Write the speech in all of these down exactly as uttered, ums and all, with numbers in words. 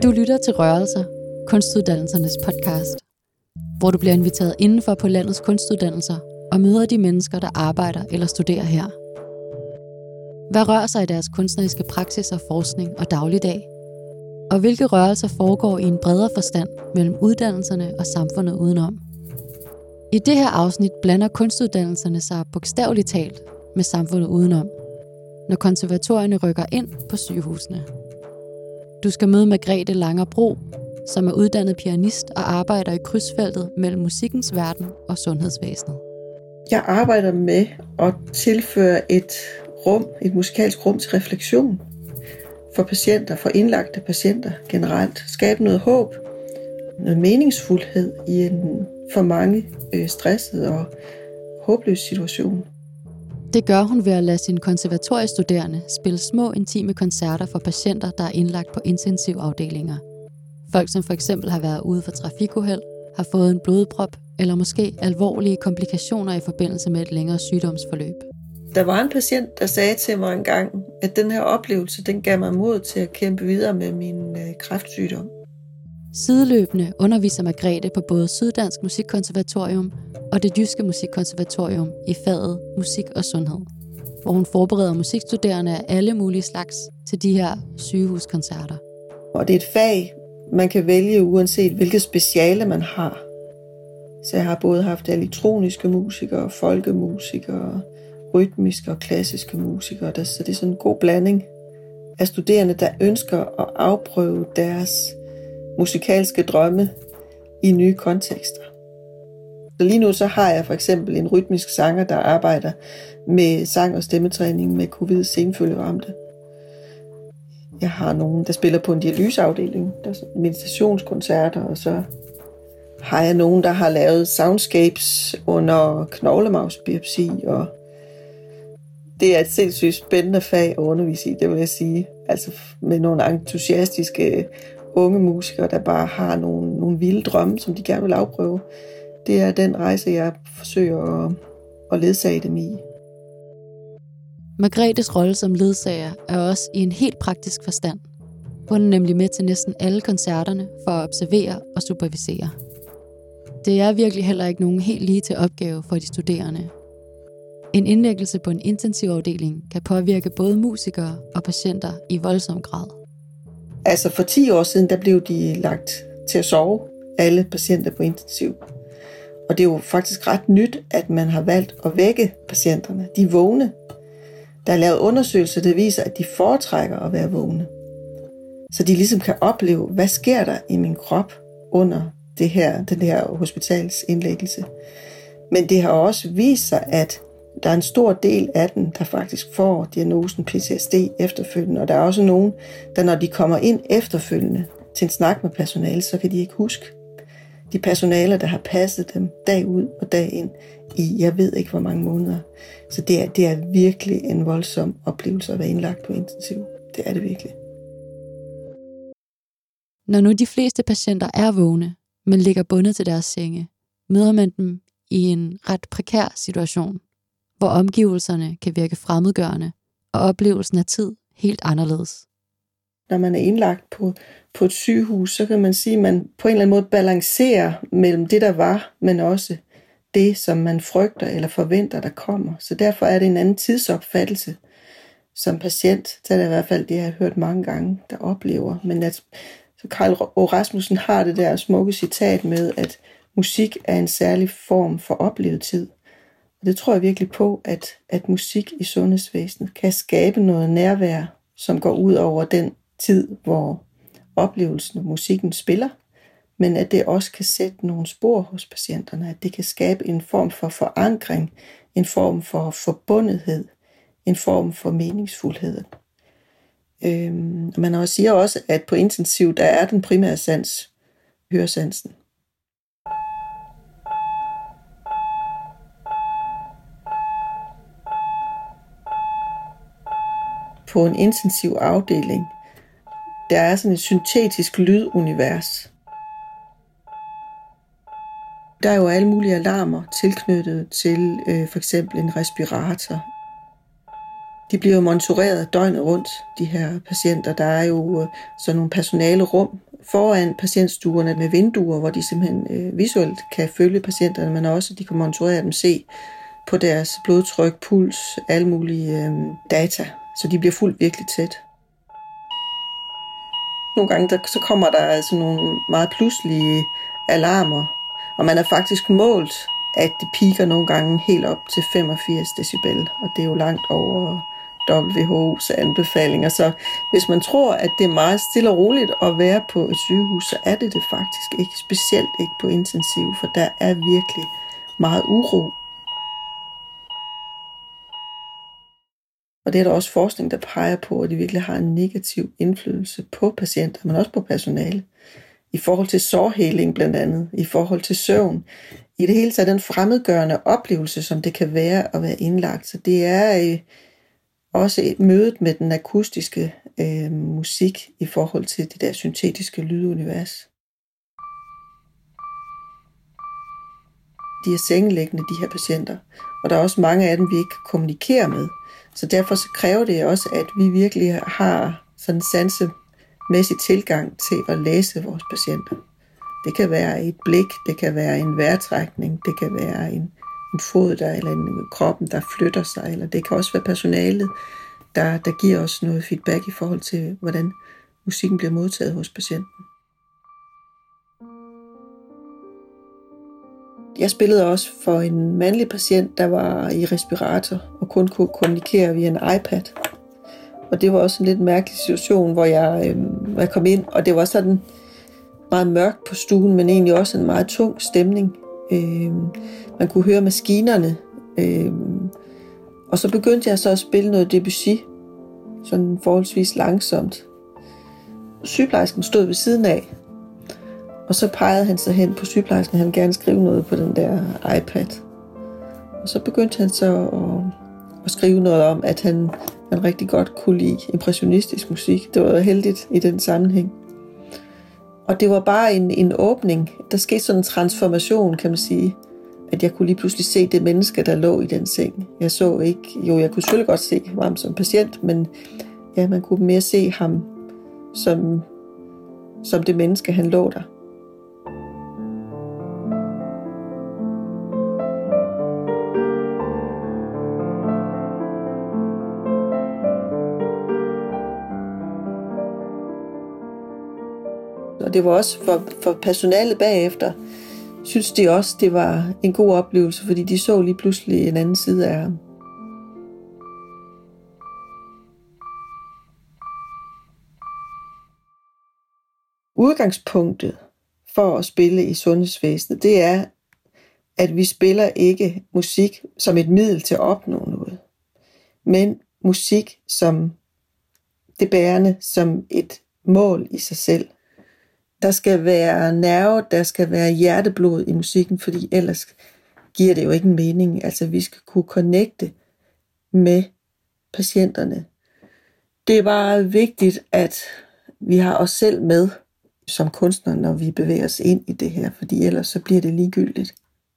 Du lytter til Rørelser, kunstuddannelsernes podcast, hvor du bliver inviteret indenfor på landets kunstuddannelser og møder de mennesker, der arbejder eller studerer her. Hvad rører sig i deres kunstneriske praksis og forskning og dagligdag? Og hvilke rørelser foregår i en bredere forstand mellem uddannelserne og samfundet udenom? I det her afsnit blander kunstuddannelserne sig bogstaveligt talt med samfundet udenom, når konservatorierne rykker ind på sygehusene. Du skal møde Margrethe Langerbro, som er uddannet pianist og arbejder i krydsfeltet mellem musikkens verden og sundhedsvæsenet. Jeg arbejder med at tilføre et rum, et musikalsk rum til refleksion for patienter, for indlagte patienter generelt. Skabe noget håb, noget meningsfuldhed i en for mange øh, stresset og håbløs situation. Det gør hun ved at lade sine konservatoriestuderende spille små, intime koncerter for patienter, der er indlagt på intensivafdelinger. Folk, som for eksempel har været ude for trafikuheld, har fået en blodprop eller måske alvorlige komplikationer i forbindelse med et længere sygdomsforløb. Der var en patient, der sagde til mig engang, at den her oplevelse, den gav mig mod til at kæmpe videre med min øh, kræftsygdom. Sideløbende underviser Margrethe på både Syddansk Musikkonservatorium og det Jyske Musikkonservatorium i faget musik og sundhed, hvor hun forbereder musikstuderende af alle mulige slags til de her sygehuskoncerter. Og det er et fag, man kan vælge uanset hvilket speciale man har. Så jeg har både haft elektroniske musikere, folkemusikere, rytmiske og klassiske musikere, så det er sådan en god blanding af studerende, der ønsker at afprøve deres musikalske drømme i nye kontekster. Så lige nu så har jeg for eksempel en rytmisk sanger, der arbejder med sang- og stemmetræning med covid-19-senfølgeramte. Jeg har nogen, der spiller på en dialyseafdeling, der er meditationskoncerter, og så har jeg nogen, der har lavet soundscapes under knoglemavsbiopsi, og det er et sindssygt spændende fag at undervise i, det vil jeg sige. Altså med nogle entusiastiske unge musikere, der bare har nogle, nogle vilde drømme, som de gerne vil afprøve. Det er den rejse, jeg forsøger at, at ledsage dem i. Margrethes rolle som ledsager er også i en helt praktisk forstand. Hun er nemlig med til næsten alle koncerterne for at observere og supervisere. Det er virkelig heller ikke nogen helt lige til opgave for de studerende. En indlæggelse på en intensivafdeling kan påvirke både musikere og patienter i voldsom grad. Altså for ti år siden, der blev de lagt til at sove, alle patienter på intensiv. Og det er jo faktisk ret nyt, at man har valgt at vække patienterne. De er vågne. Der er lavet undersøgelser, der viser, at de foretrækker at være vågne. Så de ligesom kan opleve, hvad sker der i min krop under det her, den her hospitalsindlæggelse. Men det har også vist sig, at der er en stor del af dem, der faktisk får diagnosen P T S D efterfølgende. Og der er også nogen, der når de kommer ind efterfølgende til en snak med personale, så kan de ikke huske de personaler, der har passet dem dag ud og dag ind i, jeg ved ikke hvor mange måneder. Så det er, det er virkelig en voldsom oplevelse at være indlagt på intensiv. Det er det virkelig. Når nu de fleste patienter er vågne, men ligger bundet til deres senge, møder man dem i en ret prekær situation, hvor omgivelserne kan virke fremmedgørende, og oplevelsen af tid helt anderledes. Når man er indlagt på, på et sygehus, så kan man sige, at man på en eller anden måde balancerer mellem det, der var, men også det, som man frygter eller forventer, der kommer. Så derfor er det en anden tidsopfattelse som patient. Det er det i hvert fald det, jeg har hørt mange gange, der oplever. Men at, så Carl O. Rasmussen har det der smukke citat med, at musik er en særlig form for oplevet tid. Og det tror jeg virkelig på, at, at musik i sundhedsvæsenet kan skabe noget nærvær, som går ud over den tid, hvor oplevelsen af musikken spiller, men at det også kan sætte nogle spor hos patienterne, at det kan skabe en form for forankring, en form for forbundethed, en form for meningsfuldhed. Øhm, man også siger også, at på intensiv, der er den primære sans, høresansen. På en intensiv afdeling, der er sådan et syntetisk lydunivers. Der er jo alle mulige alarmer tilknyttet til øh, for eksempel en respirator. De bliver jo monitoreret døgnet rundt, de her patienter. Der er jo øh, sådan nogle personalerum foran patientstuerne med vinduer, hvor de simpelthen øh, visuelt kan følge patienterne, men også de kan monitorere dem, se på deres blodtryk, puls, alle mulige øh, data, så de bliver fuldt virkelig tæt. Nogle gange der, så kommer der altså nogle meget pludselige alarmer, og man har faktisk målt, at det piker nogle gange helt op til femogfirs decibel, og det er jo langt over W H O's anbefalinger. Så hvis man tror, at det er meget stille og roligt at være på et sygehus, så er det det faktisk ikke, specielt ikke på intensiv, for der er virkelig meget uro. Og det er der også forskning, der peger på, at det virkelig har en negativ indflydelse på patienter, men også på personale. I forhold til sårheling blandt andet, i forhold til søvn. I det hele taget den fremmedgørende oplevelse, som det kan være at være indlagt. Så det er øh, også et mødet med den akustiske øh, musik i forhold til det der syntetiske lydunivers. De er sengelæggende, de her patienter, og der er også mange af dem, vi ikke kan kommunikere med. Så derfor så kræver det også, at vi virkelig har sådan en sansemæssig tilgang til at læse vores patienter. Det kan være et blik, det kan være en vejrtrækning, det kan være en, en fod, der, eller en kroppen, der flytter sig, eller det kan også være personalet, der, der giver os noget feedback i forhold til, hvordan musikken bliver modtaget hos patienten. Jeg spillede også for en mandlig patient, der var i respirator og kun kunne kommunikere via en iPad. Og det var også en lidt mærkelig situation, hvor jeg, øh, jeg kom ind, og det var sådan meget mørkt på stuen, men egentlig også en meget tung stemning. Øh, man kunne høre maskinerne. Øh, og så begyndte jeg så at spille noget Debussy, sådan forholdsvis langsomt. Sygeplejersken stod ved siden af, og så pegede han sig hen på sygeplejersken, han ville gerne skrive noget på den der iPad. Og så begyndte han så at, at skrive noget om, at han, han rigtig godt kunne lide impressionistisk musik. Det var heldigt i den sammenhæng. Og det var bare en, en åbning. Der skete sådan en transformation, kan man sige. At jeg kunne lige pludselig se det menneske, der lå i den seng. Jeg så ikke, jo jeg kunne selvfølgelig godt se ham som patient, men ja, man kunne mere se ham som, som det menneske, han lå der. Og det var også for, for personalet bagefter, synes de også, det var en god oplevelse, fordi de så lige pludselig en anden side af ham. Udgangspunktet for at spille i sundhedsvæsenet, det er, at vi spiller ikke musik som et middel til at opnå noget, men musik som det bærende, som et mål i sig selv. Der skal være nerve, der skal være hjerteblod i musikken, fordi ellers giver det jo ikke en mening. Altså, vi skal kunne connecte med patienterne. Det er bare vigtigt, at vi har os selv med som kunstnere, når vi bevæger os ind i det her, fordi ellers så bliver det ligegyldigt.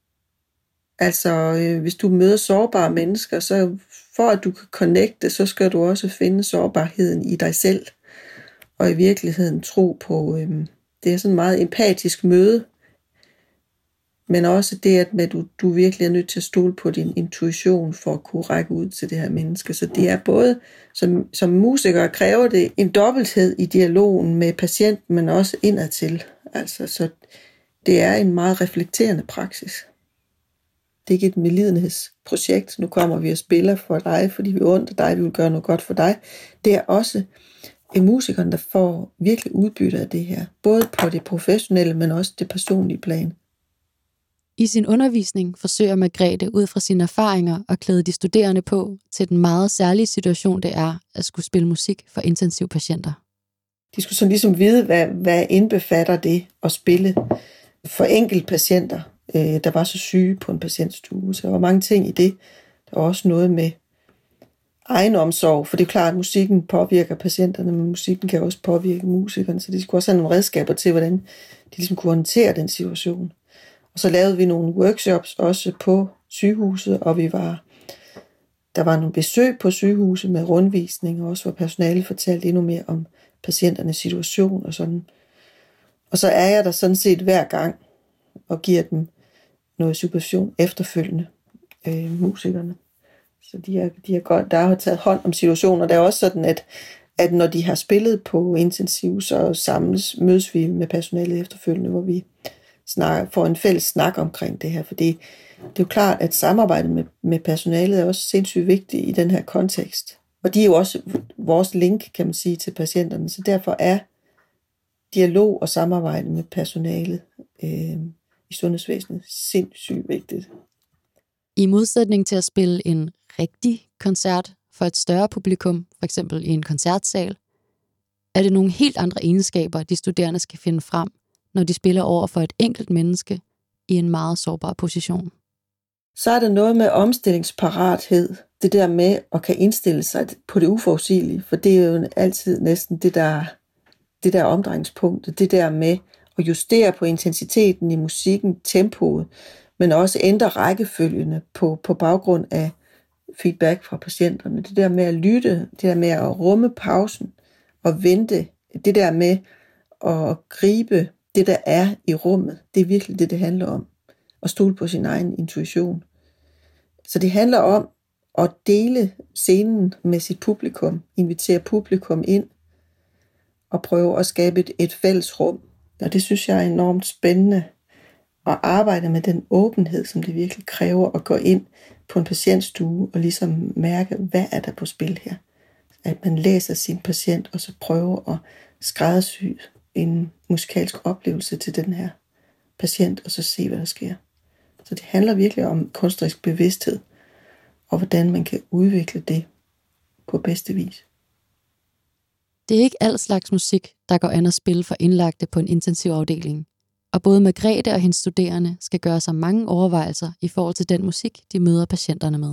Altså, øh, hvis du møder sårbare mennesker, så for at du kan connecte, så skal du også finde sårbarheden i dig selv, og i virkeligheden tro på... Øh, Det er sådan en meget empatisk møde, men også det, at med, du, du virkelig er nødt til at stole på din intuition for at kunne række ud til det her menneske. Så det er både, som, som musiker kræver det en dobbelthed i dialogen med patienten, men også indadtil. Altså, så det er en meget reflekterende praksis. Det er ikke et medlidenhedsprojekt. Nu kommer vi og spiller for dig, fordi vi undrer dig, vi vil gøre noget godt for dig. Det er også er musikeren, der får virkelig udbytte af det her. Både på det professionelle, men også det personlige plan. I sin undervisning forsøger Margrethe ud fra sine erfaringer at klæde de studerende på til den meget særlige situation, det er at skulle spille musik for intensivpatienter. De skulle sådan ligesom vide, hvad, hvad indbefatter det at spille for enkelte patienter, øh, der var så syge på en patientstue. Så der var mange ting i det. Der var også noget med egenomsorg, for det er klart, at musikken påvirker patienterne, men musikken kan også påvirke musikerne, så de skulle også have nogle redskaber til, hvordan de ligesom kunne håndtere den situation. Og så lavede vi nogle workshops også på sygehuset, og vi var, der var nogle besøg på sygehuset med rundvisning, og også hvor personalet fortalte endnu mere om patienternes situation og sådan. Og så er jeg der sådan set hver gang og giver dem noget supervision efterfølgende, øh, musikerne. Så de er, de er godt, der har taget hånd om situationen, og det er også sådan, at, at når de har spillet på intensiv, så samles, mødes vi med personalet efterfølgende, hvor vi snakker, får en fælles snak omkring det her, fordi det er jo klart, at samarbejdet med, med personalet er også sindssygt vigtigt i den her kontekst. Og de er jo også vores link, kan man sige, til patienterne, så derfor er dialog og samarbejde med personalet øh, i sundhedsvæsenet sindssygt vigtigt. I modsætning til at spille en rigtig koncert for et større publikum, for eksempel i en koncertsal, er det nogle helt andre egenskaber, de studerende skal finde frem, når de spiller over for et enkelt menneske i en meget sårbar position. Så er der noget med omstillingsparathed, det der med at kan indstille sig på det uforudsigelige, for det er jo altid næsten det der, det der omdrejningspunkt, det der med at justere på intensiteten i musikken, tempoet, men også ændre rækkefølgene på, på baggrund af feedback fra patienterne. Det der med at lytte, det der med at rumme pausen og vente, det der med at gribe det, der er i rummet, det er virkelig det, det handler om. At stole på sin egen intuition. Så det handler om at dele scenen med sit publikum, invitere publikum ind og prøve at skabe et, et fælles rum. Og det synes jeg er enormt spændende at arbejde med den åbenhed, som det virkelig kræver at gå ind på en patientstue og ligesom mærke, hvad er der på spil her. At man læser sin patient og så prøver at skræddersy en musikalsk oplevelse til den her patient og så se, hvad der sker. Så det handler virkelig om kunstnerisk bevidsthed og hvordan man kan udvikle det på bedste vis. Det er ikke al slags musik, der går an at spille for indlagte på en intensivafdeling. Og både Margrethe og hendes studerende skal gøre sig mange overvejelser i forhold til den musik, de møder patienterne med.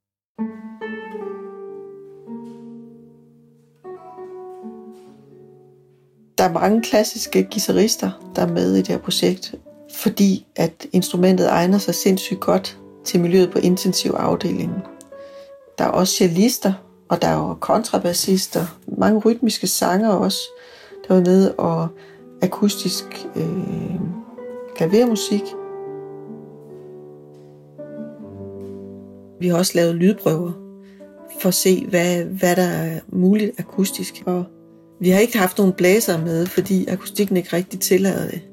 Der er mange klassiske guitarister, der er med i det her projekt, fordi at instrumentet egner sig sindssygt godt til miljøet på intensivafdelingen. Der er også cellister, og der er jo kontrabassister, mange rytmiske sanger også, der er med, og akustisk øh, klavermusik. Vi har også lavet lydprøver for at se, hvad, hvad der er muligt akustisk. Og vi har ikke haft nogen blæser med, fordi akustikken ikke rigtig tillader det.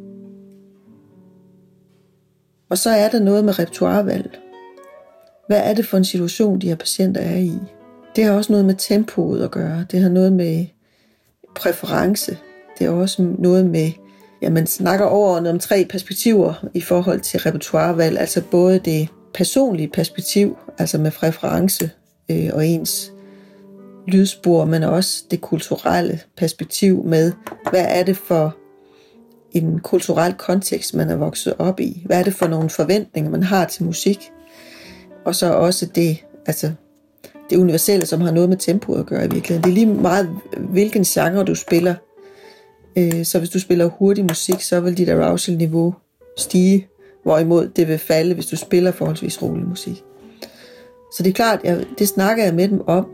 Og så er der noget med repertoirevalg. Hvad er det for en situation, de her patienter er i? Det har også noget med tempoet at gøre. Det har noget med præference. Det er også noget med, ja, man snakker overordnet om tre perspektiver i forhold til repertoirevalg. Altså både det personlige perspektiv, altså med præference øh, og ens lydspor, men også det kulturelle perspektiv med, hvad er det for en kulturel kontekst, man er vokset op i? Hvad er det for nogle forventninger, man har til musik? Og så også det, altså det universelle, som har noget med tempoet at gøre i virkeligheden. Det er lige meget, hvilken genre du spiller. Så hvis du spiller hurtig musik, så vil dit arousal-niveau stige, hvorimod det vil falde, hvis du spiller forholdsvis rolig musik. Så det er klart, jeg, det snakker jeg med dem om.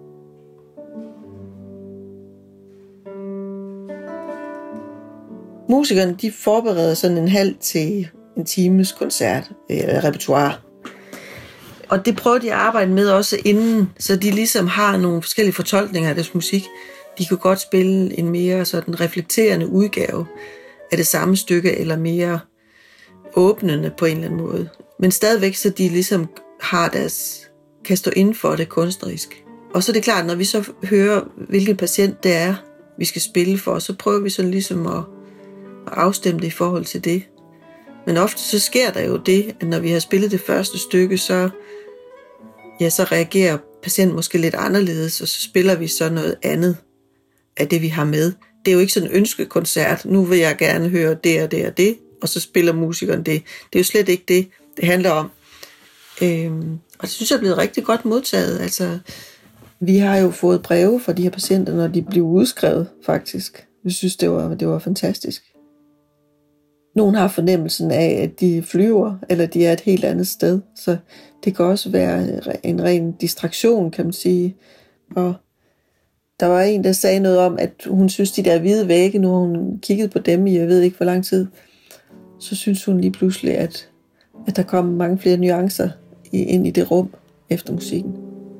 Musikerne, de forbereder sådan en halv til en times koncert, eller repertoire. Og det prøver de at arbejde med også inden, så de ligesom har nogle forskellige fortolkninger af deres musik. De kan godt spille en mere sådan reflekterende udgave af det samme stykke, eller mere åbnende på en eller anden måde. Men stadigvæk, så de ligesom har deres, kan stå inden for det kunstnerisk. Og så er det klart, når vi så hører, hvilken patient det er, vi skal spille for, så prøver vi sådan ligesom at, at afstemme det i forhold til det. Men ofte så sker der jo det, at når vi har spillet det første stykke, så, ja, så reagerer patienten måske lidt anderledes, og så spiller vi så noget andet af det, vi har med. Det er jo ikke sådan en ønskekoncert. Nu vil jeg gerne høre det og det og det, og så spiller musikeren det. Det er jo slet ikke det, det handler om. Øhm, og det synes jeg er blevet rigtig godt modtaget. Altså, vi har jo fået breve fra de her patienter, når de blev udskrevet, faktisk. Jeg synes, det var, det var fantastisk. Nogen har fornemmelsen af, at de flyver, eller de er et helt andet sted. Så det kan også være en ren distraktion, kan man sige. Og Der var en, der sagde noget om, at hun synes, de der hvide vægge, nu har hun kigget på dem i, jeg ved ikke hvor lang tid, så synes hun lige pludselig, at, at der kom mange flere nuancer ind i det rum efter musikken.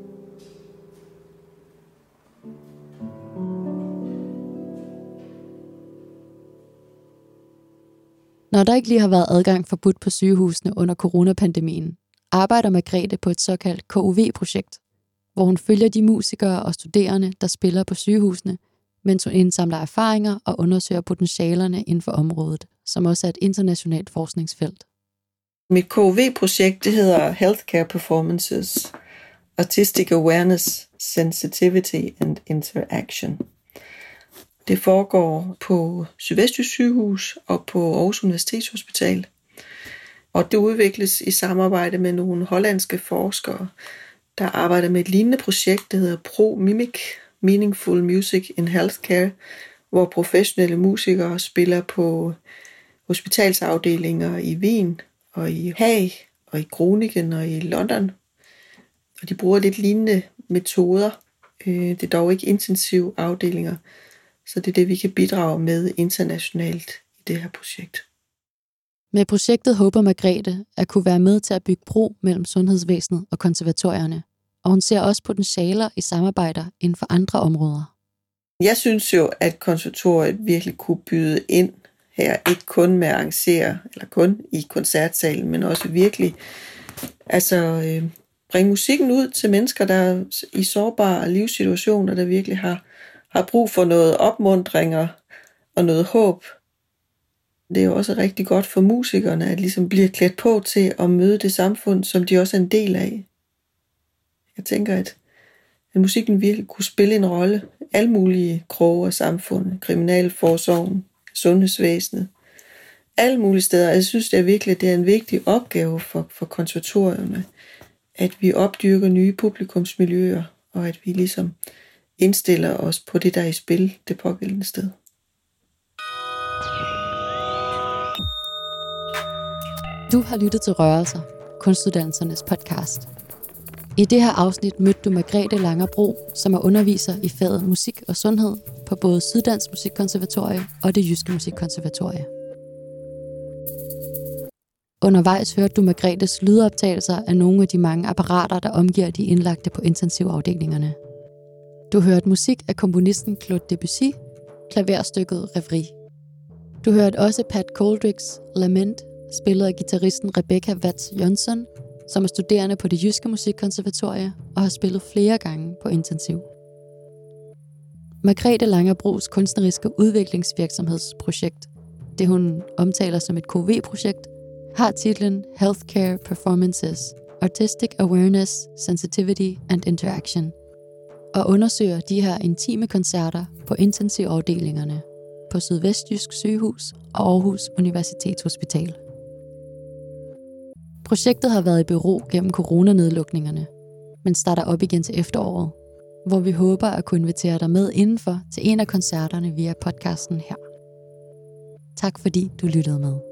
Når der ikke lige har været adgang forbudt på sygehusene under coronapandemien, arbejder Margrethe på et såkaldt K U V-projekt, hvor hun følger de musikere og studerende, der spiller på sygehusene, mens hun indsamler erfaringer og undersøger potentialerne inden for området, som også er et internationalt forskningsfelt. Mit K U V-projekt, det hedder Healthcare Performances, Artistic Awareness, Sensitivity and Interaction. Det foregår på Sydvestjysk Sygehus og på Aarhus Universitetshospital. Og det udvikles i samarbejde med nogle hollandske forskere, der arbejder med et lignende projekt, der hedder ProMimic, Meaningful Music in Healthcare, hvor professionelle musikere spiller på hospitalsafdelinger i Wien og i Haag og i Groningen og i London. Og de bruger lidt lignende metoder. Det er dog ikke intensive afdelinger, så det er det, vi kan bidrage med internationalt i det her projekt. Med projektet håber Margrethe at kunne være med til at bygge bro mellem sundhedsvæsenet og konservatorierne, og hun ser også potentialer i samarbejder inden for andre områder. Jeg synes jo, at konservatoriet virkelig kunne byde ind her, ikke kun med at arrangere, eller kun i koncertsalen, men også virkelig altså, øh, bringe musikken ud til mennesker, der er i sårbare livssituationer, der virkelig har, har brug for noget opmuntring og noget håb. Det er jo også rigtig godt for musikerne, at ligesom bliver klædt på til at møde det samfund, som de også er en del af. Jeg tænker, at, at musikken virkelig kunne spille en rolle. Alle mulige kroge af samfundet, kriminalforsorgen, sundhedsvæsenet, alle mulige steder. Jeg synes det er virkelig, at det er en vigtig opgave for, for konservatorierne, at vi opdyrker nye publikumsmiljøer, og at vi ligesom indstiller os på det, der er i spil det pågældende sted. Du har lyttet til Rørelser, Kunstuddannelsernes podcast. I det her afsnit mødte du Margrethe Langerbro, som er underviser i faget musik og sundhed på både Syddansk Musikkonservatorie og det Jyske Musikkonservatorie. Undervejs hørte du Margrethes lydoptagelser af nogle af de mange apparater, der omgiver de indlagte på intensivafdelingerne. Du hørte musik af komponisten Claude Debussy, klaverstykket Rêverie. Du hørte også Pat Coldricks Lament, spillet af guitaristen Rebecca Watts Jonsson, som er studerende på det Jyske Musikkonservatorie og har spillet flere gange på intensiv. Margrethe Langerbros kunstneriske udviklingsvirksomhedsprojekt, det hun omtaler som et K U V-projekt, har titlen Healthcare Performances, Artistic Awareness, Sensitivity and Interaction, og undersøger de her intime koncerter på intensivafdelingerne på Sydvestjysk Sygehus og Aarhus Universitetshospital. Projektet har været i bero gennem coronanedlukningerne, men starter op igen til efteråret, hvor vi håber at kunne invitere dig med indenfor til en af koncerterne via podcasten her. Tak fordi du lyttede med.